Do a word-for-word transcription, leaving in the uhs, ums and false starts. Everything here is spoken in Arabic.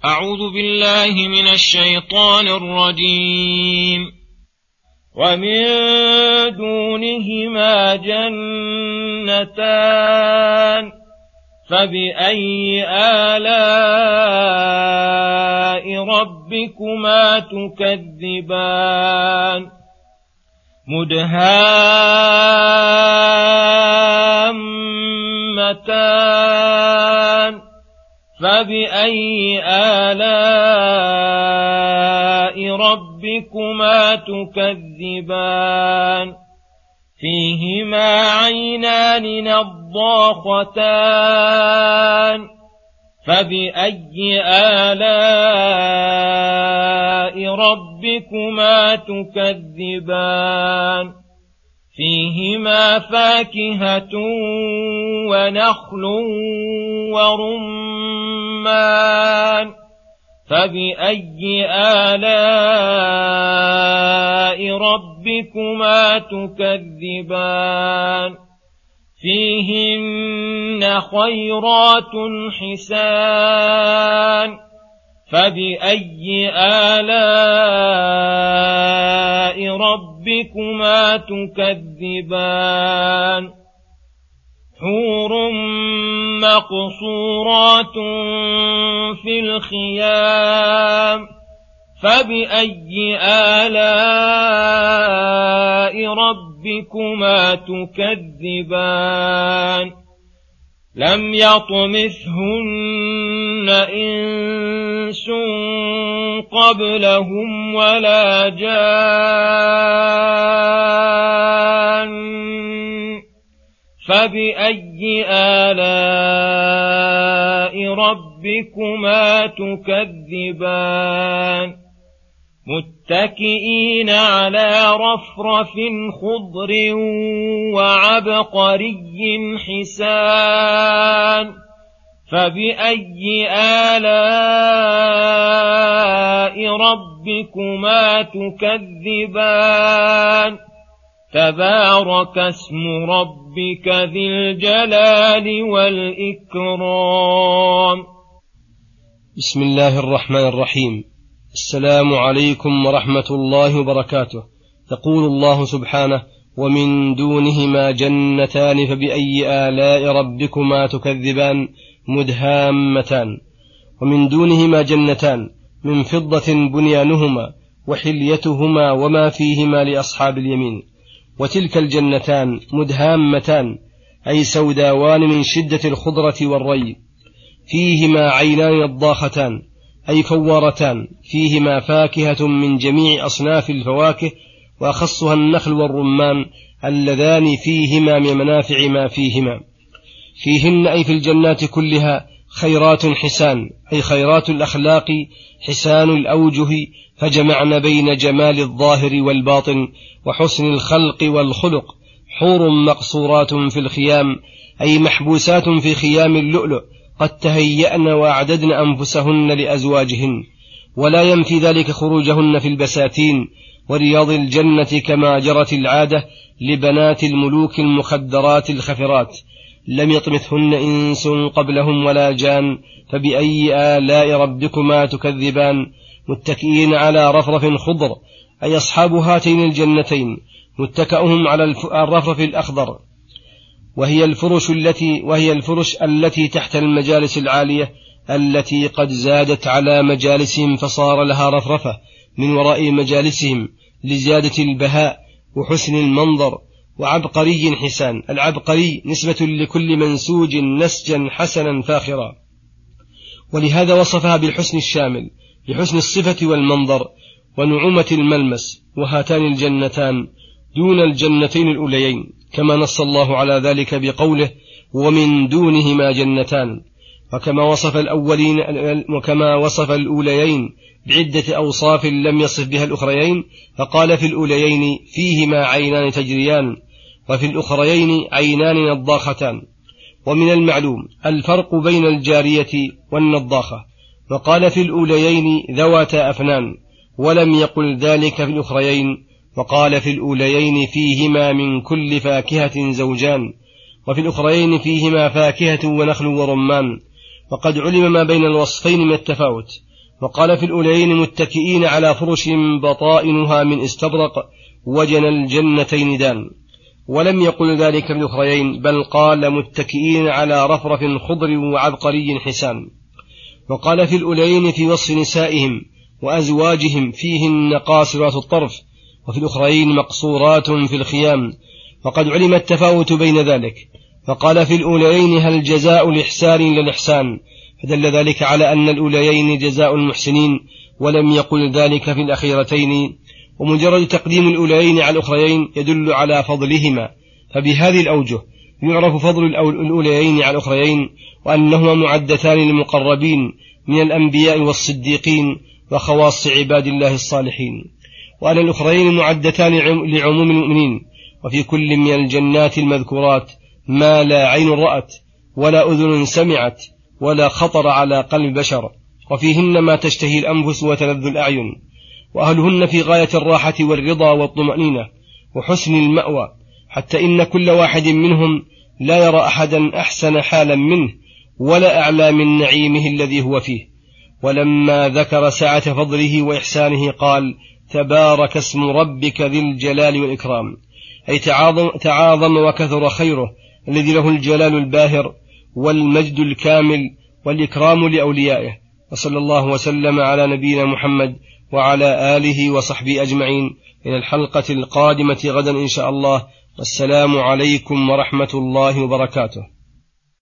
أعوذ بالله من الشيطان الرجيم. ومن دونهما جنتان فبأي آلاء ربكما تكذبان مدهامتان فبأي آلاء ربكما تكذبان فيهما عينان نضاختان فبأي آلاء ربكما تكذبان فيهما فاكهة ونخل ورمان فبأي آلاء ربكما تكذبان فيهن خيرات حسان فبأي آلاء ربكما تكذبان حور مقصورات في الخيام فبأي آلاء ربكما تكذبان لم يطمثهن إنس قبلهم ولا جان فبأي آلاء ربكما تكذبان متكئين على رفرف خضر وعبقري حسان فبأي آلاء ربكما تكذبان تبارك اسم ربك ذي الجلال والإكرام. بسم الله الرحمن الرحيم. السلام عليكم ورحمة الله وبركاته. يقول الله سبحانه: ومن دونهما جنتان فبأي آلاء ربكما تكذبان مدهامتان. ومن دونهما جنتان من فضة بنيانهما وحليتهما وما فيهما لأصحاب اليمين. وتلك الجنتان مدهامتان أي سوداوان من شدة الخضرة والري، فيهما عينان نضاختان أي فورتان، فيهما فاكهة من جميع أصناف الفواكه وأخصها النخل والرمان اللذان فيهما من منافع ما فيهما. فيهن أي في الجنات كلها خيرات حسان أي خيرات الأخلاق حسان الأوجه، فجمعن بين جمال الظاهر والباطن وحسن الخلق والخلق. حور مقصورات في الخيام أي محبوسات في خيام اللؤلؤ قد تهيأن وأعددن أنفسهن لأزواجهن، ولا ينفي ذلك خروجهن في البساتين ورياض الجنة كما جرت العادة لبنات الملوك المخدرات الخفرات. لم يطمثهن إنس قبلهم ولا جان فبأي آلاء ربكما تكذبان متكئين على رفرف خضر أي أصحاب هاتين الجنتين متكئهم على الرفرف الأخضر، وهي الفرش التي وهي الفرش التي تحت المجالس العالية التي قد زادت على مجالسهم فصار لها رفرفة من وراء مجالسهم لزيادة البهاء وحسن المنظر. وعبقري حسان، العبقري نسبة لكل منسوج نسجا حسنا فاخرا، ولهذا وصفها بالحسن الشامل لحسن الصفة والمنظر ونعومة الملمس. وهاتان الجنتان دون الجنتين الأوليين، كما نص الله على ذلك بقوله: ومن دونهما جنتان. وكما وصف الأولين وكما وصف الأوليين بعدة أوصاف لم يصف بها الأخريين، فقال في الأوليين فيهما عينان تجريان، وفي الأخريين عينان نضاختان. ومن المعلوم الفرق بين الجارية والنضاخة، وقال في الأوليين ذواتا أفنان، ولم يقل ذلك في الأخريين، وقال في الأوليين فيهما من كل فاكهة زوجان، وفي الأخريين فيهما فاكهة ونخل ورمان. وقد علم ما بين الوصفين من التفاوت، وقال في الأولين متكئين على فرش بطائنها من استبرق وجن الجنتين دان، ولم يقل ذلك في الأخريين، بل قال متكئين على رفرف خضر وعبقري حسان. وقال في الأولين في وصف نسائهم وأزواجهم فيهن قاصرات الطرف، وفي الأخرين مقصورات في الخيام، وقد علم التفاوت بين ذلك. فقال في الأولين هل جزاء الإحسان إلا الإحسان، فدل ذلك على أن الأوليين جزاء المحسنين، ولم يقل ذلك في الأخيرتين. ومجرد تقديم الأوليين على الأخريين يدل على فضلهما، فبهذه الأوجه يعرف فضل الأوليين على الأخريين، وأنهما معدتان للمقربين من الأنبياء والصديقين وخواص عباد الله الصالحين، وأن الأخريين معدتان لعموم المؤمنين. وفي كل من الجنات المذكورات ما لا عين رأت ولا أذن سمعت ولا خطر على قلب بشر، وفيهن ما تشتهي الأنفس وتلذ الأعين، وأهلهن في غاية الراحة والرضا والطمأنينة وحسن المأوى، حتى إن كل واحد منهم لا يرى أحدا أحسن حالا منه ولا أعلى من نعيمه الذي هو فيه. ولما ذكر سعة فضله وإحسانه قال تبارك اسم ربك ذي الجلال والإكرام، أي تعاظم, تعاظم وكثر خيره الذي له الجلال الباهر والمجد الكامل والإكرام لأوليائه. وصلى الله وسلم على نبينا محمد وعلى آله وصحبه أجمعين، إلى الحلقة القادمة غدا إن شاء الله، والسلام عليكم ورحمة الله وبركاته.